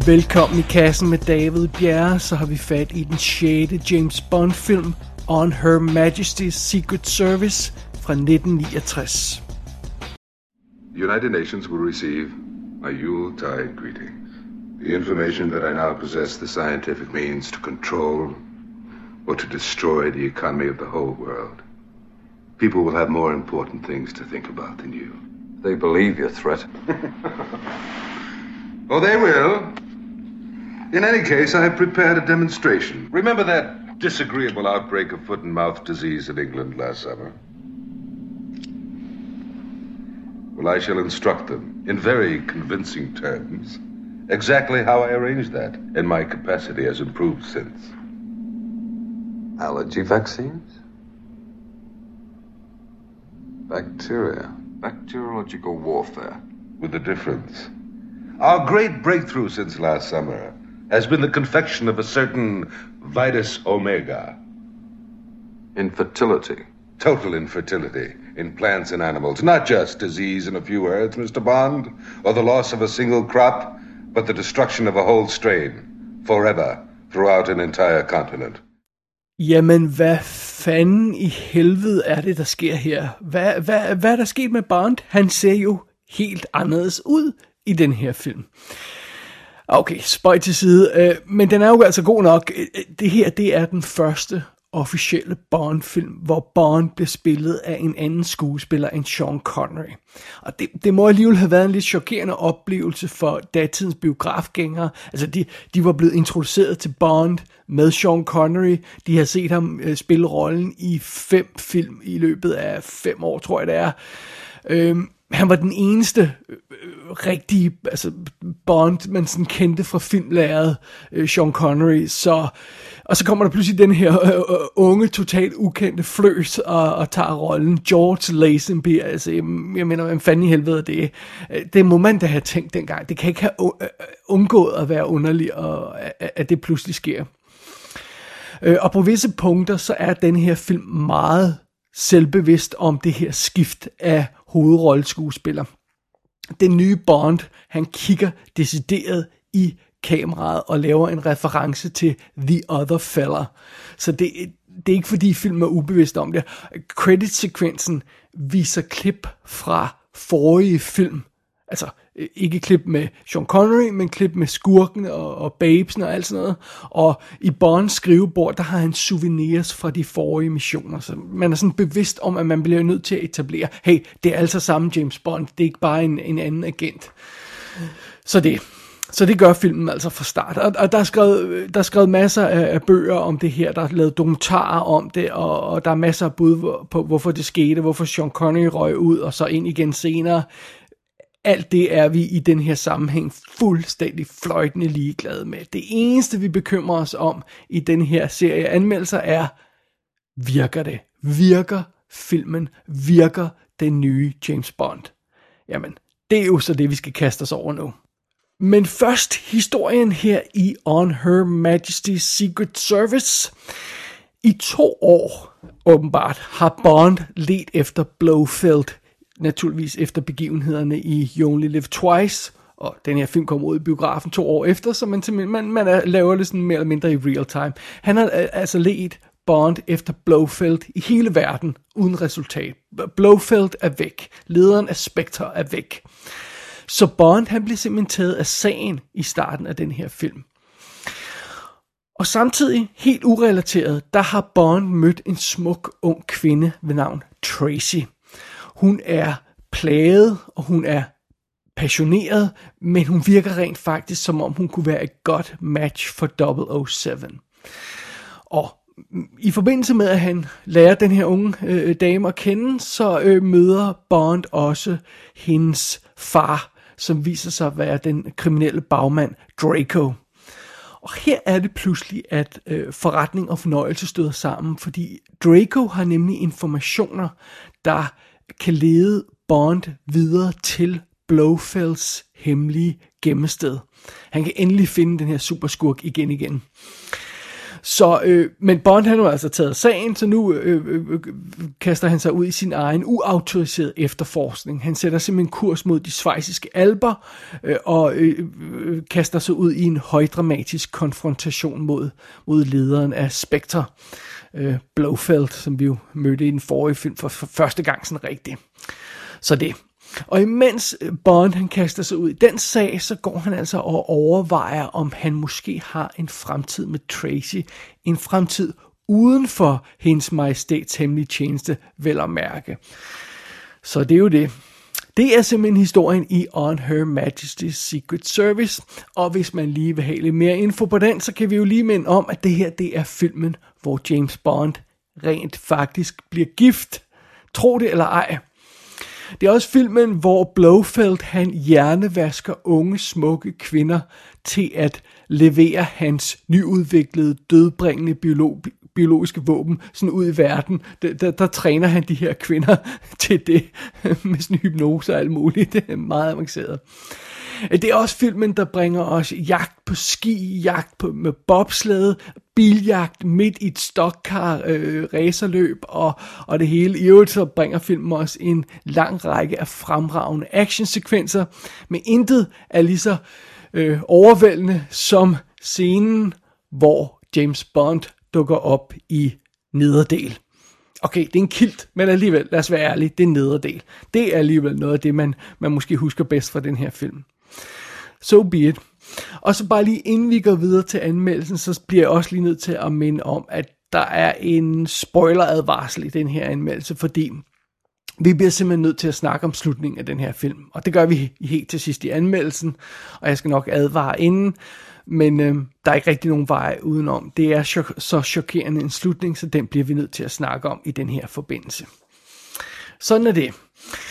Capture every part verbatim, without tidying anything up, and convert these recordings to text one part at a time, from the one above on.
Velkommen i kassen med David Bjerre, så har vi fat i den sjette James Bond film, On Her Majesty's Secret Service fra nitten niogtres. The United Nations will receive my Yuletide greeting. The information that I now possess the scientific means to control or to destroy the economy of the whole world. People will have more important things to think about than you. They believe your threat. Oh, they will. In any case, I have prepared a demonstration. Remember that disagreeable outbreak of foot and mouth disease in England last summer? Well, I shall instruct them, in very convincing terms, exactly how I arranged that, and my capacity has improved since. Allergy vaccines? Bacteria. Bacteriological warfare. With a difference. Our great breakthrough since last summer has been the confection of a certain Vitus Omega. Infertility. Total infertility in plants and animals. Not just disease in a few herds, Mister Bond, or the loss of a single crop, but the destruction of a whole strain, forever, throughout an entire continent. Jamen, hvad fanden i helvede er det, der sker her? Hvad, hvad, hvad er der sket med Bond? Han ser jo helt anderledes ud i den her film. Okay, spøj til side, øh, men den er jo altså god nok. Det her, det er den første officielle Bond-film, hvor Bond bliver spillet af en anden skuespiller end Sean Connery. Og det, det må alligevel have været en lidt chokerende oplevelse for datidens biografgængere. Altså, de, de var blevet introduceret til Bond med Sean Connery. De har set ham øh, spille rollen i fem film i løbet af fem år, tror jeg det er. Øhm, Han var den eneste øh, rigtige altså Bond, man sådan kendte fra filmlæret, øh, Sean Connery. Så, og så kommer der pludselig den her øh, øh, unge, totalt ukendte fløs og, og tager rollen. George Lazenby, altså jeg, jeg mener, hvad fanden i helvede er det? Det må man da have tænkt dengang. Det kan ikke have øh, undgået at være underligt, og, at, at det pludselig sker. Øh, og på visse punkter, så er den her film meget selvbevidst om det her skift af hovedrolleskuespiller. Den nye Bond, han kigger decideret i kameraet og laver en reference til The Other Fella. Så det, det er ikke fordi filmen er ubevidst om det. Credit-sekvensen viser klip fra forrige film. Altså ikke klip med Sean Connery, men klip med skurkene og, og babesen og alt sådan noget. Og i Bonds skrivebord, der har han souvenirs fra de forrige missioner. Så man er sådan bevidst om, at man bliver nødt til at etablere, hey, det er altså samme James Bond, det er ikke bare en, en anden agent. Så det, så det gør filmen altså fra start. Og, og der, er skrevet, der er skrevet masser af, af bøger om det her, der er lavet dokumentarer om det, og, og der er masser af bud på, hvorfor det skete, hvorfor Sean Connery røg ud, og så ind igen senere. Alt det er vi i den her sammenhæng fuldstændig fløjtende ligeglade med. Det eneste, vi bekymrer os om i den her serie anmeldelser er, virker det? Virker filmen? Virker den nye James Bond? Jamen, det er jo så det, vi skal kaste os over nu. Men først historien her i On Her Majesty's Secret Service. I to år, åbenbart, har Bond ledt efter Blofeld. Naturligvis efter begivenhederne i You Only Live Twice, og den her film kom ud i biografen to år efter, så man, man, man er, laver det sådan mere eller mindre i real time. Han har altså ledt Bond efter Blofeld i hele verden, uden resultat. Blofeld er væk. Lederen af Spectre er væk. Så Bond, han blev simpelthen taget af sagen i starten af den her film. Og samtidig, helt urelateret, der har Bond mødt en smuk ung kvinde ved navn Tracy. Hun er plaget, og hun er passioneret, men hun virker rent faktisk, som om hun kunne være et godt match for double oh seven. Og i forbindelse med, at han lærer den her unge øh, dame at kende, så øh, møder Bond også hendes far, som viser sig at være den kriminelle bagmand Draco. Og her er det pludselig, at øh, forretning og fornøjelse støder sammen, fordi Draco har nemlig informationer, der kan lede Bond videre til Blofelds hemmelige gemmested. Han kan endelig finde den her superskurk igen igen. Så, øh, men Bond han har altså taget sagen, så nu øh, øh, kaster han sig ud i sin egen uautoriserede efterforskning. Han sætter simpelthen kurs mod de schweiziske alper øh, og øh, øh, kaster sig ud i en højdramatisk konfrontation mod, mod lederen af Spectre, øh, Blofeld, som vi jo mødte i den forrige film for, for første gang sådan rigtigt. Så det. Og imens Bond han kaster sig ud i den sag, så går han altså og overvejer, om han måske har en fremtid med Tracy. En fremtid uden for hendes majestæts hemmelige tjeneste, vel at mærke. Så det er jo det. Det er simpelthen historien i On Her Majesty's Secret Service. Og hvis man lige vil have lidt mere info på den, så kan vi jo lige minde om, at det her det er filmen, hvor James Bond rent faktisk bliver gift. Tro det eller ej. Det er også filmen, hvor Blofeld han hjernevasker unge, smukke kvinder til at levere hans nyudviklede, dødbringende biolog, biologiske våben sådan ud i verden. Der, der, der træner han de her kvinder til det med sådan hypnose og alt muligt. Det er meget avanceret. Det er også filmen, der bringer os jagt på ski, jagt på, med bobslæde, biljagt midt i et stokcar, øh, racerløb og, og det hele. I øvrigt så bringer filmen også en lang række af fremragende actionsekvenser, men intet er lige så øh, overvældende som scenen, hvor James Bond dukker op i nederdel. Okay, det er en kilt, men alligevel, lad os være ærlige, det er nederdel. Det er alligevel noget af det, man, man måske husker bedst fra den her film. So be it. Og så bare lige inden vi går videre til anmeldelsen, så bliver jeg også lige nødt til at minde om, at der er en spoileradvarsel i den her anmeldelse, fordi vi bliver simpelthen nødt til at snakke om slutningen af den her film. Og det gør vi helt til sidst i anmeldelsen, og jeg skal nok advare inden, men øh, der er ikke rigtig nogen vej udenom. Det er chok- så chokerende en slutning, så den bliver vi nødt til at snakke om i den her forbindelse. Sådan er det.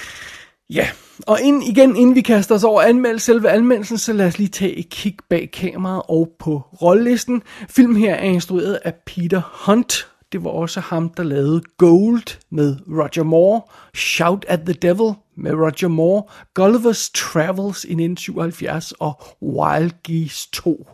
Ja, og ind, igen, inden vi kaster os over anmeld, selve anmeldelsen, så lad os lige tage et kig bag kameraet og på rollelisten. Filmen her er instrueret af Peter Hunt. Det var også ham, der lavede Gold med Roger Moore, Shout at the Devil med Roger Moore, Gulliver's Travels i nitten syvoghalvfjerds og Wild Geese to.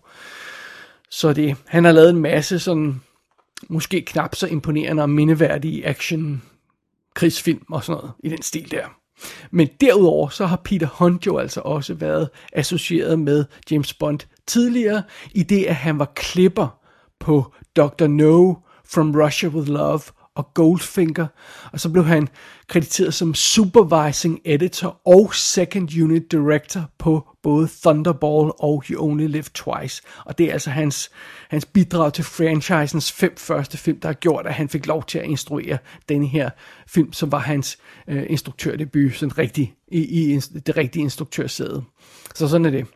Så det, han har lavet en masse sådan, måske knap så imponerende og mindeværdige action, krigsfilm og sådan noget i den stil der. Men derudover så har Peter Hunt jo altså også været associeret med James Bond tidligere, i det at han var klipper på doktor No, From Russia with Love og Goldfinger, og så blev han krediteret som supervising editor og second unit director på både Thunderball og You Only Live Twice, og det er altså hans, hans bidrag til franchisens fem første film, der har gjort, at han fik lov til at instruere denne her film, som var hans øh, instruktørdebut, sådan rigtig, i, i det rigtige instruktørsæde. Så sådan er det.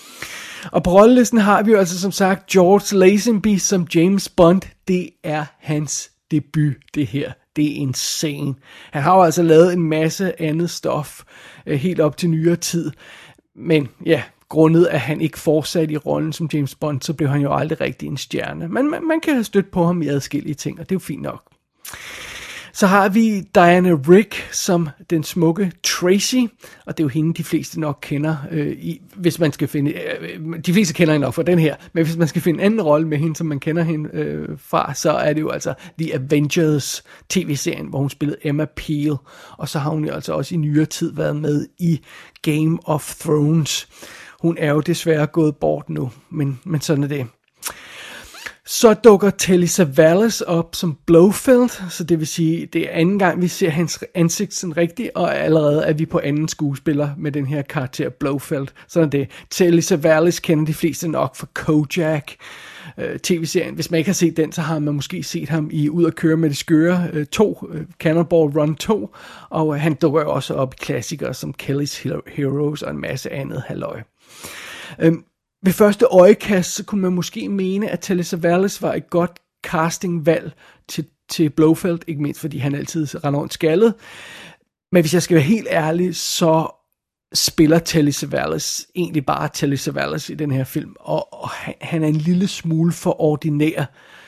Og på rollelisten har vi jo altså som sagt George Lazenby som James Bond. Det er hans debut, det her. Det er insane. Han har jo altså lavet en masse andet stof øh, helt op til nyere tid. Men ja, grundet at han ikke fortsatte i rollen som James Bond, så blev han jo aldrig rigtig en stjerne. Men man, man kan have stødt på ham i adskillige ting, og det er jo fint nok. Så har vi Diana Rigg som den smukke Tracy, og det er jo hende, de fleste nok kender, øh, i, hvis man skal finde, øh, de fleste kender hende nok fra den her, men hvis man skal finde en anden rolle med hende, som man kender hende øh, fra, så er det jo altså The Avengers tv-serien, hvor hun spillede Emma Peel, og så har hun jo altså også i nyere tid været med i Game of Thrones. Hun er jo desværre gået bort nu, men, men sådan er det. Så dukker Telly Savalas op som Blofeld, så det vil sige, det er anden gang, vi ser hans ansigt sådan rigtigt, og allerede er vi på anden skuespiller med den her karakter Blofeld. Sådan er det. Telly Savalas kender de fleste nok fra Kojak, øh, tv-serien. Hvis man ikke har set den, så har man måske set ham i Ud at køre med de skøre øh, to, øh, Cannonball Run to, og øh, han dukker også op i klassikere som Kelly's Heroes og en masse andet halløj. Øhm, Ved første øjekast, så kunne man måske mene, at Telly Savalas var et godt castingvalg til, til Blofeld, ikke mindst fordi han altid render rundt skaldet. Men hvis jeg skal være helt ærlig, så spiller Telly Savalas egentlig bare Telly Savalas i den her film, og, og han, han er en lille smule for ordinær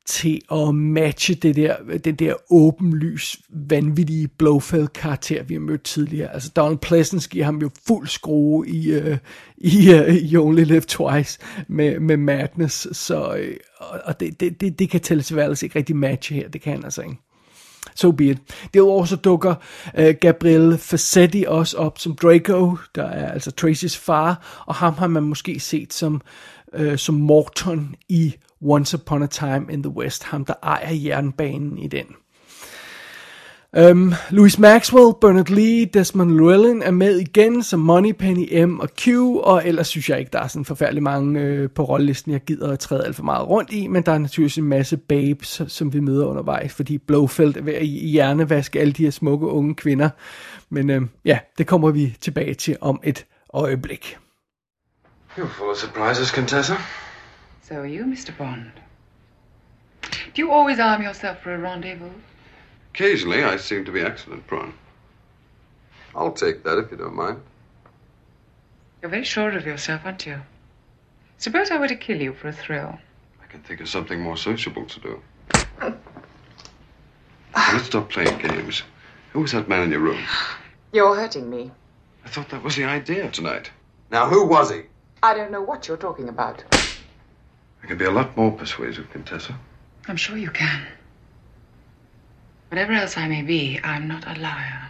til at matche det der, den der åbenlys, vanvittige Blofeld-karakter, vi har mødt tidligere. Altså Donald Pleasence giver ham jo fuld skrue i, uh, i uh, You Only Live Twice med, med Madness, så, uh, og det, det, det, det kan Televisuelt ikke rigtig matche her, det kan han altså ikke. So be it. Derudover så dukker uh, Gabriel Fawcetti også op som Draco, der er altså Tracys far, og ham har man måske set som, uh, som Morton i Once Upon a Time in the West, ham der ejer jernbanen i den. Um, Louis Maxwell, Bernard Lee, Desmond Llewellyn er med igen som Moneypenny, M og Q, og ellers synes jeg ikke, der er sådan forfærdelig mange øh, på rollelisten, jeg gider at træde alt for meget rundt i, men der er naturligvis en masse babes, som vi møder undervejs, fordi Blofeld er ved at hjernevaske alle de her smukke unge kvinder. Men øh, ja, det kommer vi tilbage til om et øjeblik. You're full of surprises, Contessa. So are you, Mister Bond. Do you always arm yourself for a rendezvous? Occasionally, I seem to be accident-prone. I'll take that if you don't mind. You're very sure of yourself, aren't you? Suppose I were to kill you for a thrill. I can think of something more sociable to do. Now, let's stop playing games. Who was that man in your room? You're hurting me. I thought that was the idea tonight. Now, who was he? I don't know what you're talking about. I can be a lot more persuasive, Contessa. I'm sure you can. Whatever else I may be, I'm not a liar.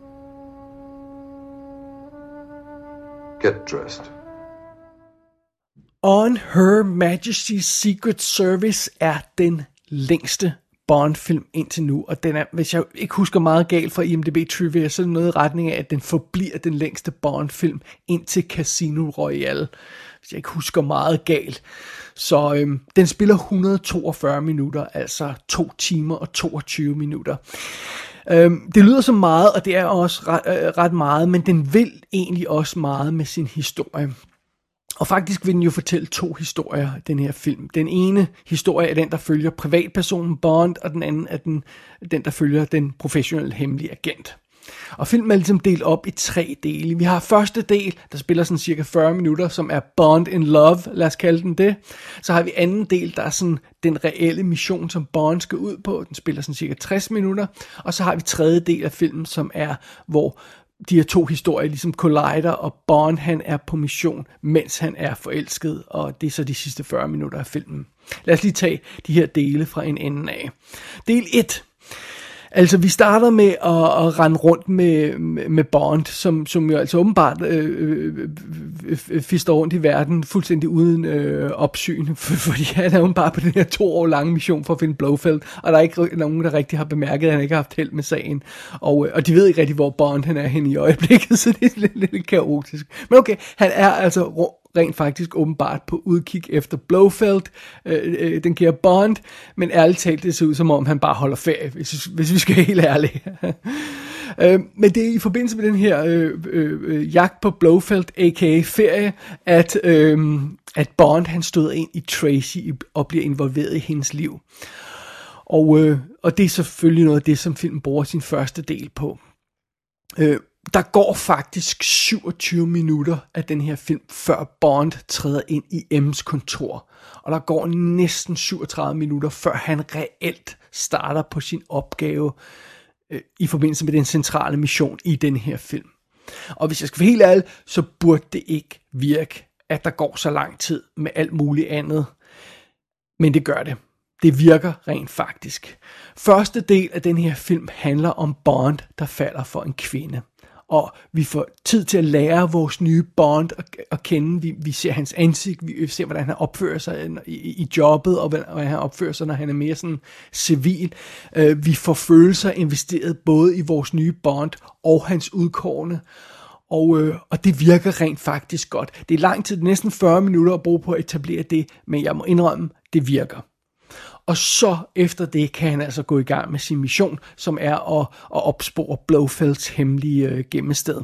Get dressed. On Her Majesty's Secret Service er den længste Bond-film indtil nu, og den er, hvis jeg ikke husker meget galt fra I M D B Trivia, så er det noget i retning af, at den forbliver den længste Bond-film indtil Casino Royale, hvis jeg ikke husker meget galt. Så øhm, den spiller et hundrede og toogfyrre minutter, altså to timer og toogtyve minutter. Øhm, det lyder så meget, og det er også ret, øh, ret meget, men den vil egentlig også meget med sin historie. Og faktisk vil den jo fortælle to historier, den her film. Den ene historie er den, der følger privatpersonen Bond, og den anden er den, den der følger den professionelle hemmelige agent. Og filmen er ligesom delt op i tre dele. Vi har første del, der spiller sådan cirka fyrre minutter, som er Bond in Love, lad os kalde den det. Så har vi anden del, der er sådan den reelle mission, som Bond skal ud på. Den spiller sådan cirka tres minutter. Og så har vi tredje del af filmen, som er, hvor de her to historier ligesom collider, og Bond han er på mission, mens han er forelsket, og det er så de sidste fyrre minutter af filmen. Lad os lige tage de her dele fra en ende af. Del et. Altså, vi starter med at, at rende rundt med, med Bond, som, som jo altså åbenbart øh, øh, fister rundt i verden, fuldstændig uden øh, opsyn, for, fordi han er åbenbart på den her to år lange mission for at finde Blofeld, og der er ikke nogen, der rigtig har bemærket, at han ikke har haft held med sagen, og, og de ved ikke rigtig, hvor Bond han er henne i øjeblikket, så det er lidt, lidt kaotisk. Men okay, han er altså rent faktisk åbenbart på udkig efter Blofeld, øh, øh, den kære Bond, men ærligt talt, det ser ud som om, han bare holder ferie, hvis, hvis vi skal være helt ærlige. øh, men det er i forbindelse med den her øh, øh, jagt på Blofeld, a k a ferie, at, øh, at Bond han støder ind i Tracy og bliver involveret i hendes liv. Og, øh, og det er selvfølgelig noget af det, som filmen bruger sin første del på. Øh, Der går faktisk syvogtyve minutter af den her film, før Bond træder ind i M's kontor. Og der går næsten syvogtredive minutter, før han reelt starter på sin opgave øh, i forbindelse med den centrale mission i den her film. Og hvis jeg skal være helt ærlig, så burde det ikke virke, at der går så lang tid med alt muligt andet. Men det gør det. Det virker rent faktisk. Første del af den her film handler om Bond, der falder for en kvinde. Og vi får tid til at lære vores nye Bond at, at kende. Vi, vi ser hans ansigt, vi ser, hvordan han opfører sig i, i jobbet, og hvordan han opfører sig, når han er mere sådan civil. Uh, vi får følelser investeret både i vores nye Bond og hans udkårne. Og, øh, og det virker rent faktisk godt. Det er lang tid, næsten fyrre minutter at bruge på at etablere det, men jeg må indrømme, det virker. Og så efter det kan han altså gå i gang med sin mission, som er at, at opspore Blofelds hemmelige øh, gemmested.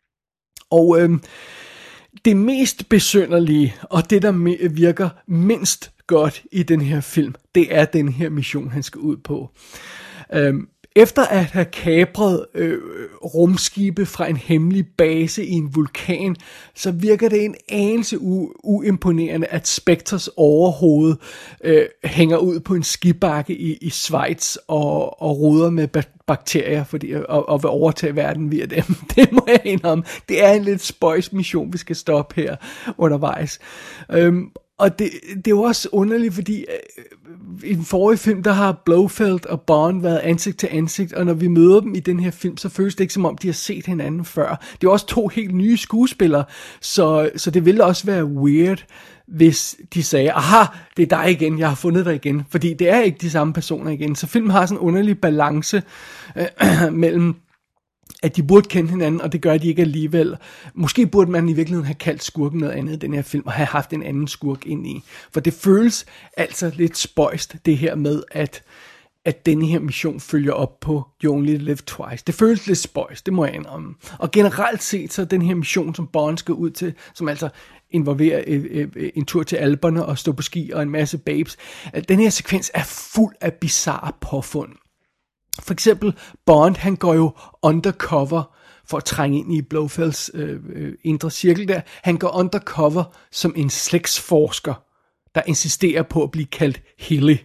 Og øh, det mest besynderlige, og det der virker mindst godt i den her film, det er den her mission, han skal ud på. Øh, Efter at have kapret øh, rumskibe fra en hemmelig base i en vulkan, så virker det en anelse u- uimponerende, at Spectres overhoved øh, hænger ud på en skibakke i, i Schweiz og, og roder med ba- bakterier fordi, og, og vil overtage verden via dem. Det må jeg indrømme. Det er en lidt spøjs mission, vi skal stoppe her undervejs. Øhm, Og det, det er jo også underligt, fordi øh, i den forrige film, der har Blofeld og Bond været ansigt til ansigt, og når vi møder dem i den her film, så føles det ikke som om, de har set hinanden før. Det er også to helt nye skuespillere, så, så det ville også være weird, hvis de sagde, aha, det er dig igen, jeg har fundet dig igen, fordi det er ikke de samme personer igen. Så filmen har sådan en underlig balance øh, mellem at de burde kende hinanden, og det gør de ikke alligevel. Måske burde man i virkeligheden have kaldt skurken noget andet i den her film, og have haft en anden skurk ind i. For det føles altså lidt spøjst, det her med, at, at denne her mission følger op på You Only Live Twice. Det føles lidt spøjst, det må jeg indrømme. Og generelt set, så den her mission, som Bond skal ud til, som altså involverer en tur til Alperne og stå på ski og en masse babes, den her sekvens er fuld af bizarre påfund. For eksempel, Bond, han går jo undercover for at trænge ind i Blofelds øh, øh, indre cirkel der. Han går undercover som en slægtsforsker, der insisterer på at blive kaldt Hilly.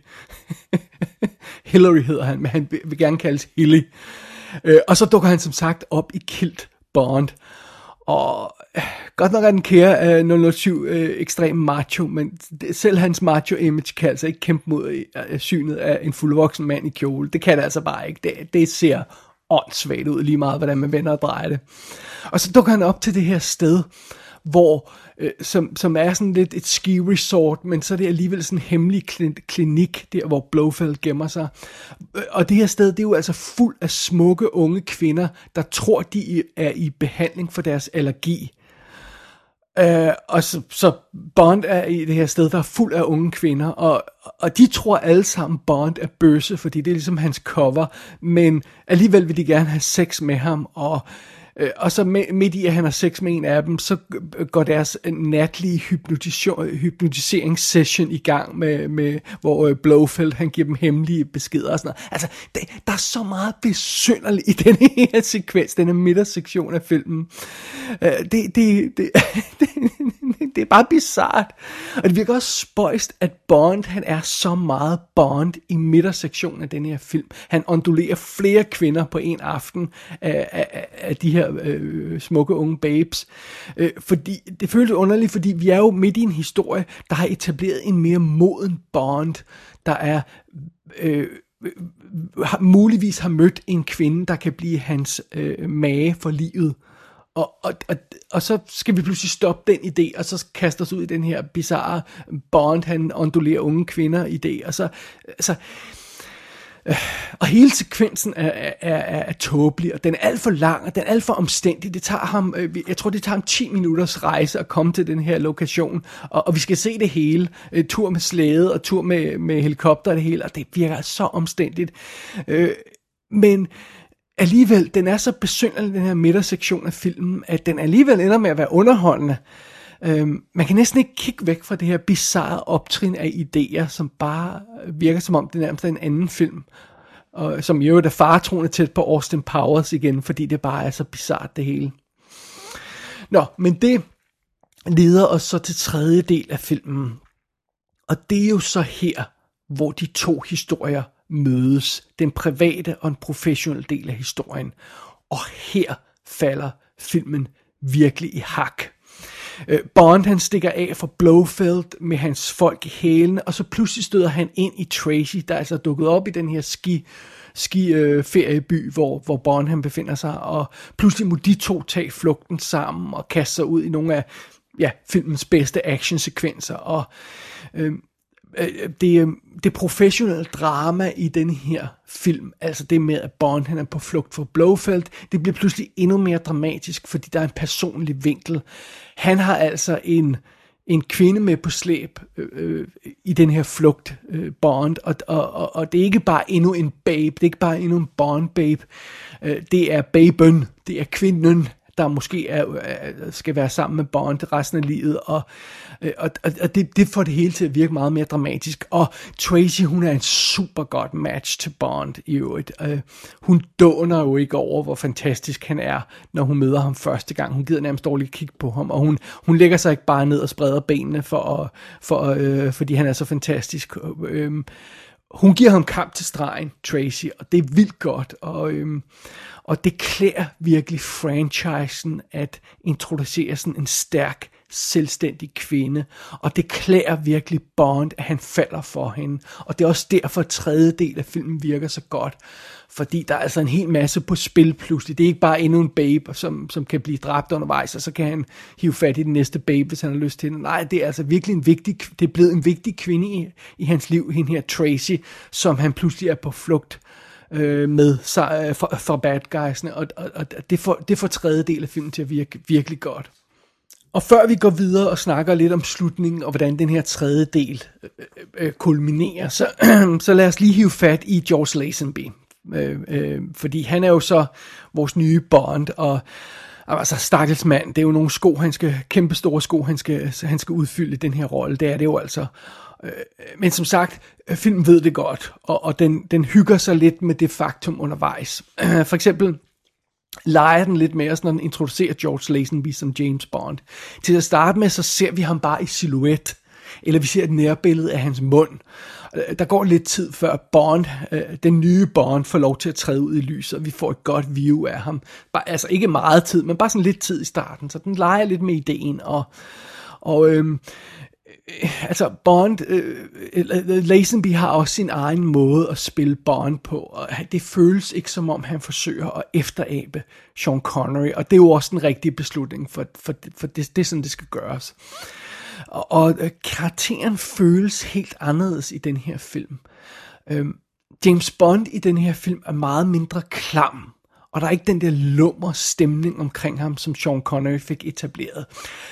Hillary hedder han, men han vil gerne kaldes Hilly. Øh, og så dukker han som sagt op i kilt Bond. Og øh, godt nok er den kære øh, nul nul syv øh, ekstrem macho, men det, selv hans macho image kan altså ikke kæmpe mod øh, synet af en fuldvoksen mand i kjole. Det kan det altså bare ikke. Det, det ser åndssvagt ud lige meget, hvordan man vender og drejer det. Og så dukker han op til det her sted, hvor, øh, som, som er sådan lidt et ski resort, men så er det alligevel sådan en hemmelig klinik, der hvor Blofeld gemmer sig. Og det her sted, det er jo altså fuld af smukke unge kvinder, der tror, de er i behandling for deres allergi. Uh, og så, så Bond er i det her sted, der er fuld af unge kvinder, og, og de tror alle sammen, Bond er bøsse, fordi det er ligesom hans cover, men alligevel vil de gerne have sex med ham, og Øh, og så med, midt i, at han har sex med en af dem, så går deres natlige hypnotiseringssession i gang, med, med, hvor øh, Blofeld, han giver dem hemmelige beskeder og sådan noget. Altså, det, der er så meget besynderligt i den her sekvens, denne midtersektion af filmen. Øh, det, det, det, det, det er bare bizarrt. Og det virker også spøjst, at Bond, han er så meget Bond i midtersektionen af den her film. Han ondulerer flere kvinder på en aften af, af, af de her øh, smukke unge babes. Øh, fordi, det føles underligt, fordi vi er jo midt i en historie, der har etableret en mere moden Bond, der er øh, har, muligvis har mødt en kvinde, der kan blive hans øh, mage for livet. Og, og, og, og så skal vi pludselig stoppe den idé, og så kaste os ud i den her bizarre Bond, han ondulerer unge kvinder idé, og så, så øh, og hele sekvensen er, er, er, er tåbelig, og den er alt for lang, og den er alt for omstændig. Det tager ham, øh, jeg tror det tager ham ti minutters rejse at komme til den her lokation, og, og vi skal se det hele, øh, tur med slæde, og tur med, med helikopter og det hele, og det virker så omstændigt. Øh, men alligevel, den er så besynderlig, den her midtersektion af filmen, at den alligevel ender med at være underholdende. Øhm, man kan næsten ikke kigge væk fra det her bizarre optrin af idéer, som bare virker som om det nærmest er en anden film. Og som jo er faretroende tæt på Austin Powers igen, fordi det bare er så bizarrt det hele. Nå, men det leder os så til tredje del af filmen. Og det er jo så her, hvor de to historier mødes, den private og en professionelle del af historien. Og her falder filmen virkelig i hak. Bond, han stikker af fra Blofeld med hans folk i hælene, og så pludselig støder han ind i Tracy, der er altså dukket op i den her ski, ski øh, ferieby, hvor, hvor Bond han befinder sig, og pludselig må de to tage flugten sammen og kaste sig ud i nogle af ja, filmens bedste actionsekvenser, og øh, Det, det professionelle drama i den her film, altså det med, at Bond han er på flugt fra Blofeld, det bliver pludselig endnu mere dramatisk, fordi der er en personlig vinkel. Han har altså en, en kvinde med på slæb øh, i den her flugt, øh, Bond, og, og, og det er ikke bare endnu en babe, det er ikke bare endnu en Bond-babe, øh, det er baben, det er kvinden, der måske er, skal være sammen med Bond resten af livet, og, og, og det, det får det hele til at virke meget mere dramatisk. Og Tracy, hun er en super godt match til Bond i øvrigt. Hun dåner jo ikke over, hvor fantastisk han er, når hun møder ham første gang. Hun gider nærmest dårligt kigge på ham, og hun, hun lægger sig ikke bare ned og spreder benene, for, for, øh, fordi han er så fantastisk. Øh, Hun giver ham kamp til stregen, Tracy, og det er vildt godt, og, øhm, og det klæder virkelig franchisen at introducere sådan en stærk, selvstændig kvinde, og det klæder virkelig Bond, at han falder for hende, og det er også derfor, at tredje del af filmen virker så godt, fordi der er altså en hel masse på spil pludselig. Det er ikke bare endnu en babe, som, som kan blive dræbt undervejs, og så kan han hive fat i den næste babe, hvis han har lyst til det. Nej, det er altså virkelig en vigtig, det er blevet en vigtig kvinde i, i hans liv, hende her Tracy, som han pludselig er på flugt øh, med sig, for, for bad guysene, og, og, og det, får, det får tredje del af filmen til at virke virkelig godt. Og før vi går videre og snakker lidt om slutningen, og hvordan den her tredje del øh, øh, kulminerer, så, så lad os lige hive fat i George Lazenby. Øh, øh, fordi han er jo så vores nye Bond, og altså stakkels mand, det er jo nogle sko, han skal, kæmpe store sko, han skal, han skal udfylde den her rolle, det er det jo altså. Øh, men som sagt, filmen ved det godt, og, og den, den hygger sig lidt med det faktum undervejs. For eksempel leger den lidt med os, når den introducerer George Lazenby som James Bond. Til at starte med, så ser vi ham bare i silhuet, eller vi ser et nærbillede af hans mund. Der går lidt tid før Bond, den nye Bond, får lov til at træde ud i lyset, og vi får et godt view af ham. Bare, altså ikke meget tid, men bare sådan lidt tid i starten, så den leger lidt med ideen, og, og øhm, altså Bond, øh, Lazenby har også sin egen måde at spille Bond på, og det føles ikke som om han forsøger at efterabe Sean Connery, og det er jo også den rigtige beslutning, for, for, for det, det er sådan, det skal gøres. Og, og karakteren føles helt anderledes i den her film. Øhm, James Bond i den her film er meget mindre klam, og der er ikke den der lummer stemning omkring ham, som Sean Connery fik etableret.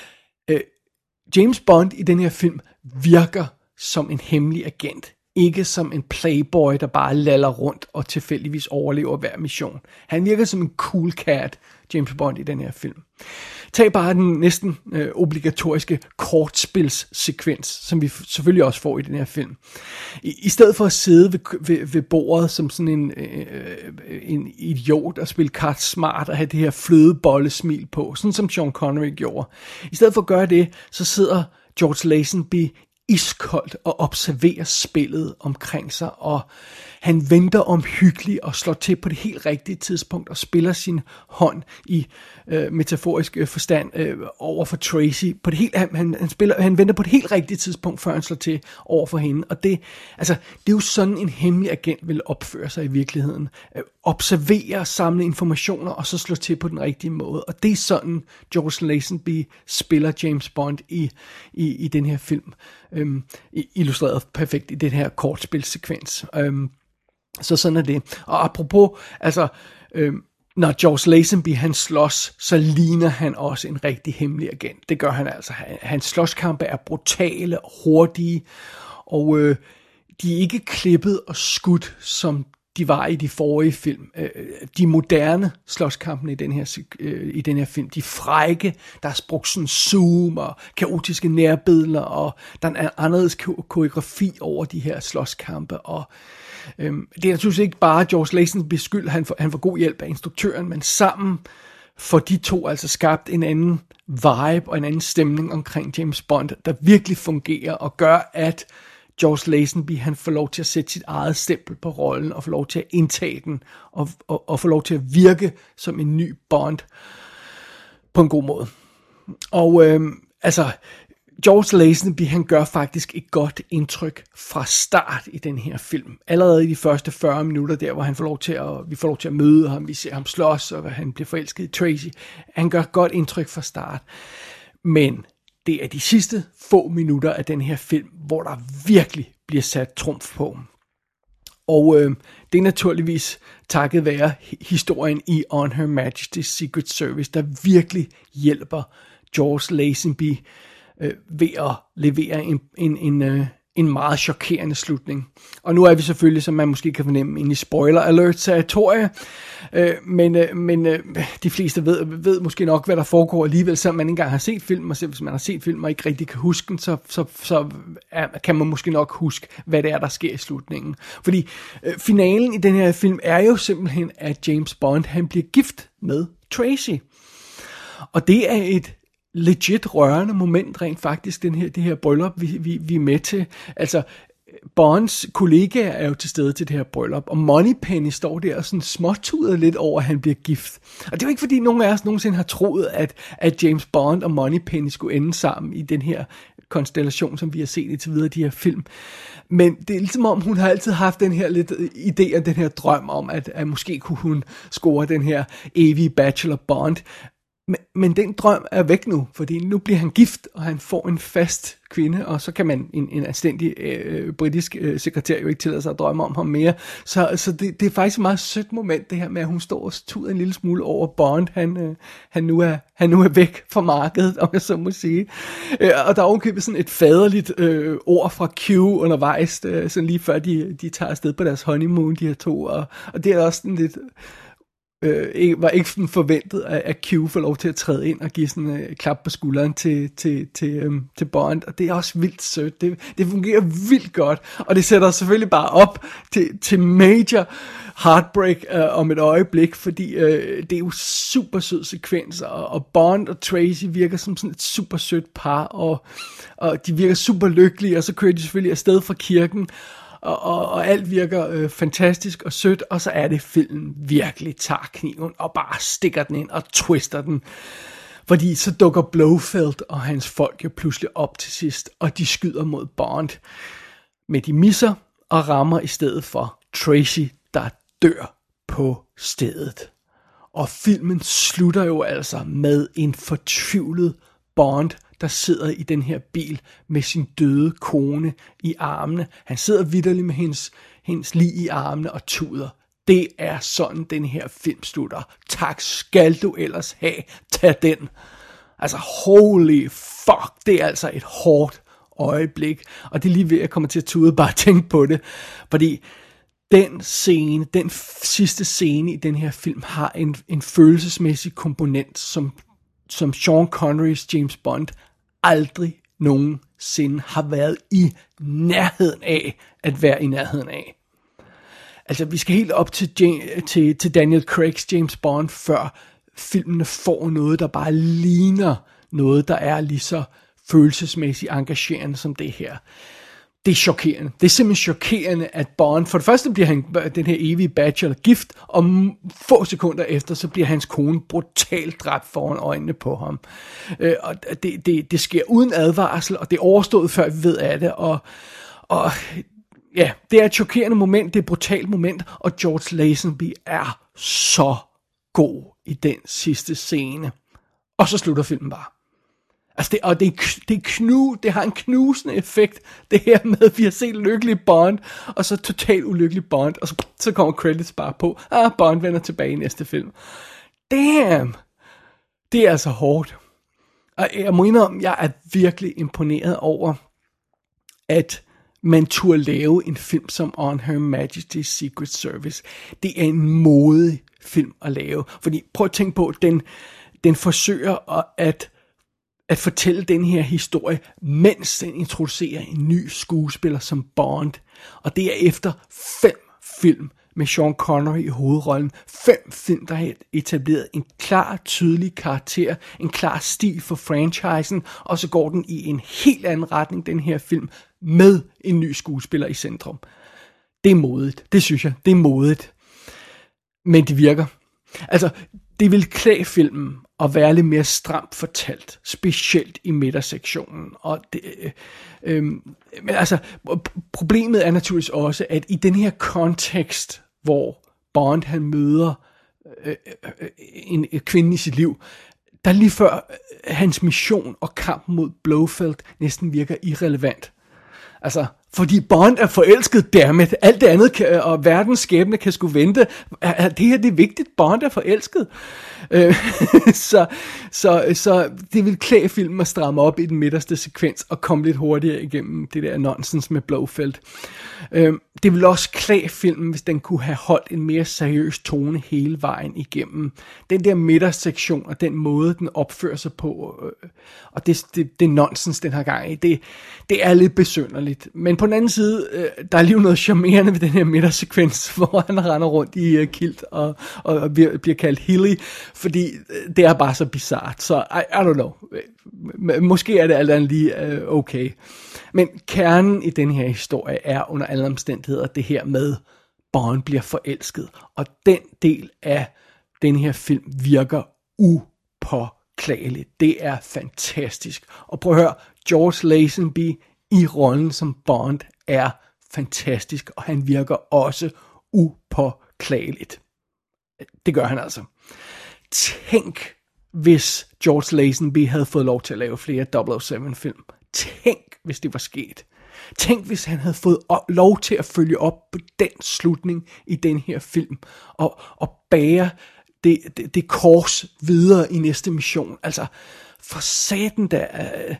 Øh, James Bond i den her film virker som en hemmelig agent, ikke som en playboy, der bare laller rundt og tilfældigvis overlever hver mission. Han virker som en cool cat, James Bond i den her film. Tag bare den næsten øh, obligatoriske kortspilssekvens, som vi selvfølgelig også får i den her film. I, i stedet for at sidde ved, ved, ved bordet som sådan en, øh, en idiot og spille kart smart og have det her flødebollesmil på, sådan som Sean Connery gjorde. I stedet for at gøre det, så sidder George Lazenby iskoldt og observerer spillet omkring sig, og han venter omhyggeligt og slår til på det helt rigtige tidspunkt og spiller sin hånd i øh, metaforisk øh, forstand øh, over for Tracy. På det helt, han, han, spiller, han venter på det helt rigtige tidspunkt, før han slår til over for hende. Og det, altså, det er jo sådan, en hemmelig agent vil opføre sig i virkeligheden. Øh, observere, samle informationer og så slå til på den rigtige måde. Og det er sådan, George Lazenby spiller James Bond i, i, i den her film. Øhm, illustreret perfekt i den her kortspilsekvens. Øhm, så sådan er det. Og apropos, altså, øhm, når George Lazenby han slås, så ligner han også en rigtig hemmelig agent. Det gør han altså. Hans slåskampe er brutale og hurtige, og øh, de er ikke klippet og skudt, som de var i de forrige film. De moderne slåskampene i den her, i den her film, de frække, der er brugt sådan zoom og kaotiske nærbilleder, og der er en anderledes koreografi over de her slåskampe, og øhm, det er naturligvis ikke bare George Lazenbys skyld, han får, han får god hjælp af instruktøren, men sammen får de to altså skabt en anden vibe og en anden stemning omkring James Bond, der virkelig fungerer og gør, at George Lazenby, han får lov til at sætte sit eget stempel på rollen, og får lov til at indtage den, og, og, og får lov til at virke som en ny Bond, på en god måde. Og øhm, altså, George Lazenby, han gør faktisk et godt indtryk fra start i den her film. Allerede i de første fyrre minutter der, hvor han får lov til at, vi får lov til at møde ham, vi ser ham slås, og han bliver forelsket i Tracy. Han gør godt indtryk fra start. Men det er de sidste få minutter af den her film, hvor der virkelig bliver sat trumf på. Og øh, det er naturligvis takket være historien i On Her Majesty's Secret Service, der virkelig hjælper George Lazenby øh, ved at levere en, en, en, øh, en meget chokerende slutning. Og nu er vi selvfølgelig, som man måske kan fornemme, inde i spoiler alert territorie, øh, men, øh, men øh, de fleste ved, ved måske nok, hvad der foregår alligevel, selvom man ikke engang har set film, og selv hvis man har set film og ikke rigtig kan huske den, så, så, så er, kan man måske nok huske, hvad det er, der sker i slutningen. Fordi øh, finalen i den her film er jo simpelthen, at James Bond, han bliver gift med Tracy. Og det er et legit rørende moment rent faktisk, den her, det her bryllup, vi, vi, vi er med til. Altså, Bonds kollega er jo til stede til det her bryllup, og Moneypenny står der og sådan småtuder lidt over, at han bliver gift. Og det er jo ikke, fordi nogen af os nogensinde har troet, at, at James Bond og Moneypenny skulle ende sammen i den her konstellation, som vi har set i til videre de her film. Men det er ligesom om, hun har altid haft den her lidt idé og den her drøm om, at, at måske kunne hun score den her evige Bachelor Bond. Men, men den drøm er væk nu, fordi nu bliver han gift, og han får en fast kvinde, og så kan man en, en anstændig øh, britisk øh, sekretær jo ikke tillade sig at drømme om ham mere. Så, så det, det er faktisk et meget sødt moment, det her med, at hun står og tuder en lille smule over Bond. Han, øh, han, nu, er, han nu er væk fra markedet, om jeg så må sige. Øh, og der er ovenkøbet sådan et faderligt øh, ord fra Q undervejs, øh, sådan lige før de, de tager afsted på deres honeymoon, de her to. Og, og det er også sådan lidt... Øh, var ikke sådan forventet, at Q får lov til at træde ind og give sådan en uh, klap på skulderen til, til, til, um, til Bond, og det er også vildt sødt. Det, det fungerer vildt godt, og det sætter selvfølgelig bare op til, til major heartbreak uh, om et øjeblik, fordi uh, det er jo super sød sekvens, og, og Bond og Tracy virker som sådan et super sødt par, og, og de virker super lykkelige, og så kører de selvfølgelig afsted fra kirken, Og, og, og alt virker øh, fantastisk og sødt, og så er det filmen virkelig tager kniven og bare stikker den ind og twister den. Fordi så dukker Blofeld og hans folk jo pludselig op til sidst, og de skyder mod Bond. Men de misser og rammer i stedet for Tracy, der dør på stedet. Og filmen slutter jo altså med en fortvivlet Bond, der sidder i den her bil med sin døde kone i armene. Han sidder vitterligt med hendes, hendes lig i armene og tuder. Det er sådan, den her film slutter. Tak skal du ellers have. Tag den. Altså, holy fuck, det er altså et hårdt øjeblik. Og det er lige ved, at jeg kommer til at tude bare tænke på det. Fordi den scene, den sidste scene i den her film, har en, en følelsesmæssig komponent, som, som Sean Connerys James Bond aldrig nogensinde har været i nærheden af at være i nærheden af. Altså, vi skal helt op til, til, til Daniel Craigs James Bond, før filmene får noget, der bare ligner noget, der er lige så følelsesmæssigt engagerende som det her. Det er chokerende. Det er simpelthen chokerende, at Bond, for det første bliver han den her evige bachelor gift, og få sekunder efter, så bliver hans kone brutalt dræbt foran øjnene på ham. Øh, og det, det, det sker uden advarsel, og det er overstået, før vi ved af det, og, og ja, det er et chokerende moment, det er et brutalt moment, og George Lazenby er så god i den sidste scene. Og så slutter filmen bare. Altså det, og det, det, knu, det har en knusende effekt, det her med, at vi har set lykkelig Bond, og så totalt ulykkelig Bond, og så, så kommer credits bare på, ah, Bond vender tilbage i næste film. Damn! Det er altså hårdt. Og jeg må indrømme, jeg er virkelig imponeret over, at man turde lave en film som On Her Majesty's Secret Service. Det er en modig film at lave, fordi prøv at tænke på, den, den forsøger at at fortælle den her historie, mens den introducerer en ny skuespiller som Bond. Og det er efter fem film med Sean Connery i hovedrollen. Fem film, der har etableret en klar, tydelig karakter, en klar stil for franchisen, og så går den i en helt anden retning, den her film, med en ny skuespiller i centrum. Det er modigt. Det synes jeg. Det er modigt. Men det virker. Altså, det vil klæde filmen at være lidt mere stramt fortalt, specielt i midtersektionen. Og det, øh, øh, men altså, problemet er naturligvis også, at i den her kontekst, hvor Bond han møder øh, øh, en, en kvinde i sit liv, der lige før øh, hans mission og kamp mod Blofeld næsten virker irrelevant. Altså, Fordi Bond er forelsket, dammit. Alt det andet kan, og verdens skæbne kan sgu vente. Det her, det er vigtigt. Bond er forelsket. Øh, så, så, så det vil klæde filmen at stramme op i den midterste sekvens og komme lidt hurtigere igennem det der nonsens med Blofeld. Øh, det vil også klæde filmen, hvis den kunne have holdt en mere seriøs tone hele vejen igennem. Den der midtersektion og den måde, den opfører sig på, øh, og det, det, det nonsens, den har gang i, det, det er lidt besynderligt. Men på den anden side, øh, der er lige noget charmerende ved den her midtersekvens, hvor han render rundt i uh, kilt og, og, og bliver, bliver kaldt Hilly, fordi det er bare så bizarrt. Så I, I don't know. Måske er det alt andet lige uh, okay. Men kernen i den her historie er under alle omstændigheder det her med, Bond bliver forelsket. Og den del af den her film virker upåklageligt. Det er fantastisk. Og prøv at høre, George Lazenby i rollen som Bond er fantastisk, og han virker også upåklageligt. Det gør han altså. Tænk, hvis George Lazenby havde fået lov til at lave flere double oh seven-film. Tænk, hvis det var sket. Tænk, hvis han havde fået lov til at følge op på den slutning i den her film, og, og bære det, det, det kors videre i næste mission. Altså, for satan da... Øh,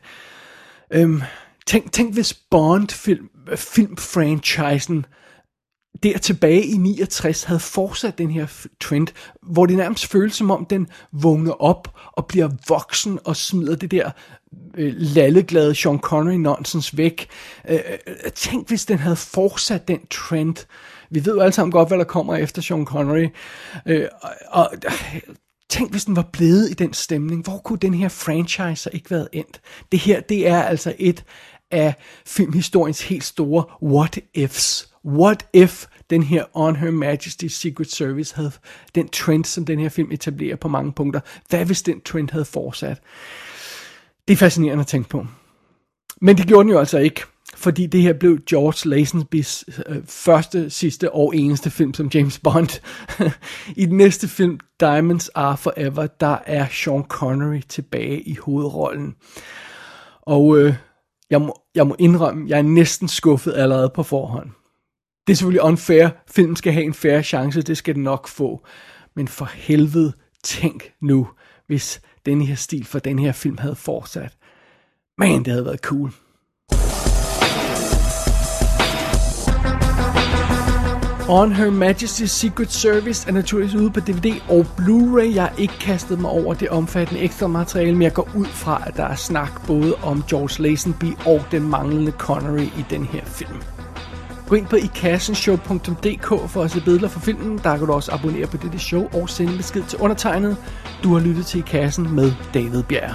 øh, tænk, tænk, hvis Bond-film, filmfranchisen der tilbage i niogtres havde fortsat den her trend, hvor det nærmest føles som om den vågner op og bliver voksen og smider det der øh, lalleglade Sean Connery-nonsens væk. Øh, tænk, hvis den havde fortsat den trend. Vi ved jo alle sammen godt, hvad der kommer efter Sean Connery. Øh, og, og tænk, hvis den var blevet i den stemning. Hvor kunne den her franchise så ikke været endt? Det her, det er altså et af filmhistoriens helt store what-ifs. What if den her On Her Majesty's Secret Service havde den trend, som den her film etablerer på mange punkter? Hvad hvis den trend havde fortsat? Det er fascinerende at tænke på. Men det gjorde den jo altså ikke, fordi det her blev George Lazenbys øh, første, sidste og eneste film som James Bond. I den næste film, Diamonds Are Forever, der er Sean Connery tilbage i hovedrollen. Og øh, jeg, må, jeg må indrømme, jeg er næsten skuffet allerede på forhånd. Det er selvfølgelig unfair. Filmen skal have en fair chance, det skal den nok få. Men for helvede, tænk nu, hvis den her stil for den her film havde fortsat. Man, det havde været cool. On Her Majesty's Secret Service er naturligvis ude på D V D og Blu-ray. Jeg har ikke kastet mig over det omfattende ekstra materiale, men jeg går ud fra, at der er snak både om George Lazenby og den manglende Connery i den her film. Gå ind på i kassen show punktum d k for at se billeder for filmen. Der kan du også abonnere på dette show og sende besked til undertegnet. Du har lyttet til I Kassen med David Bjerg.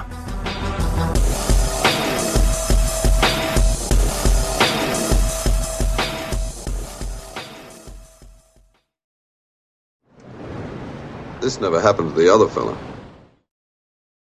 This never happened to the other fella.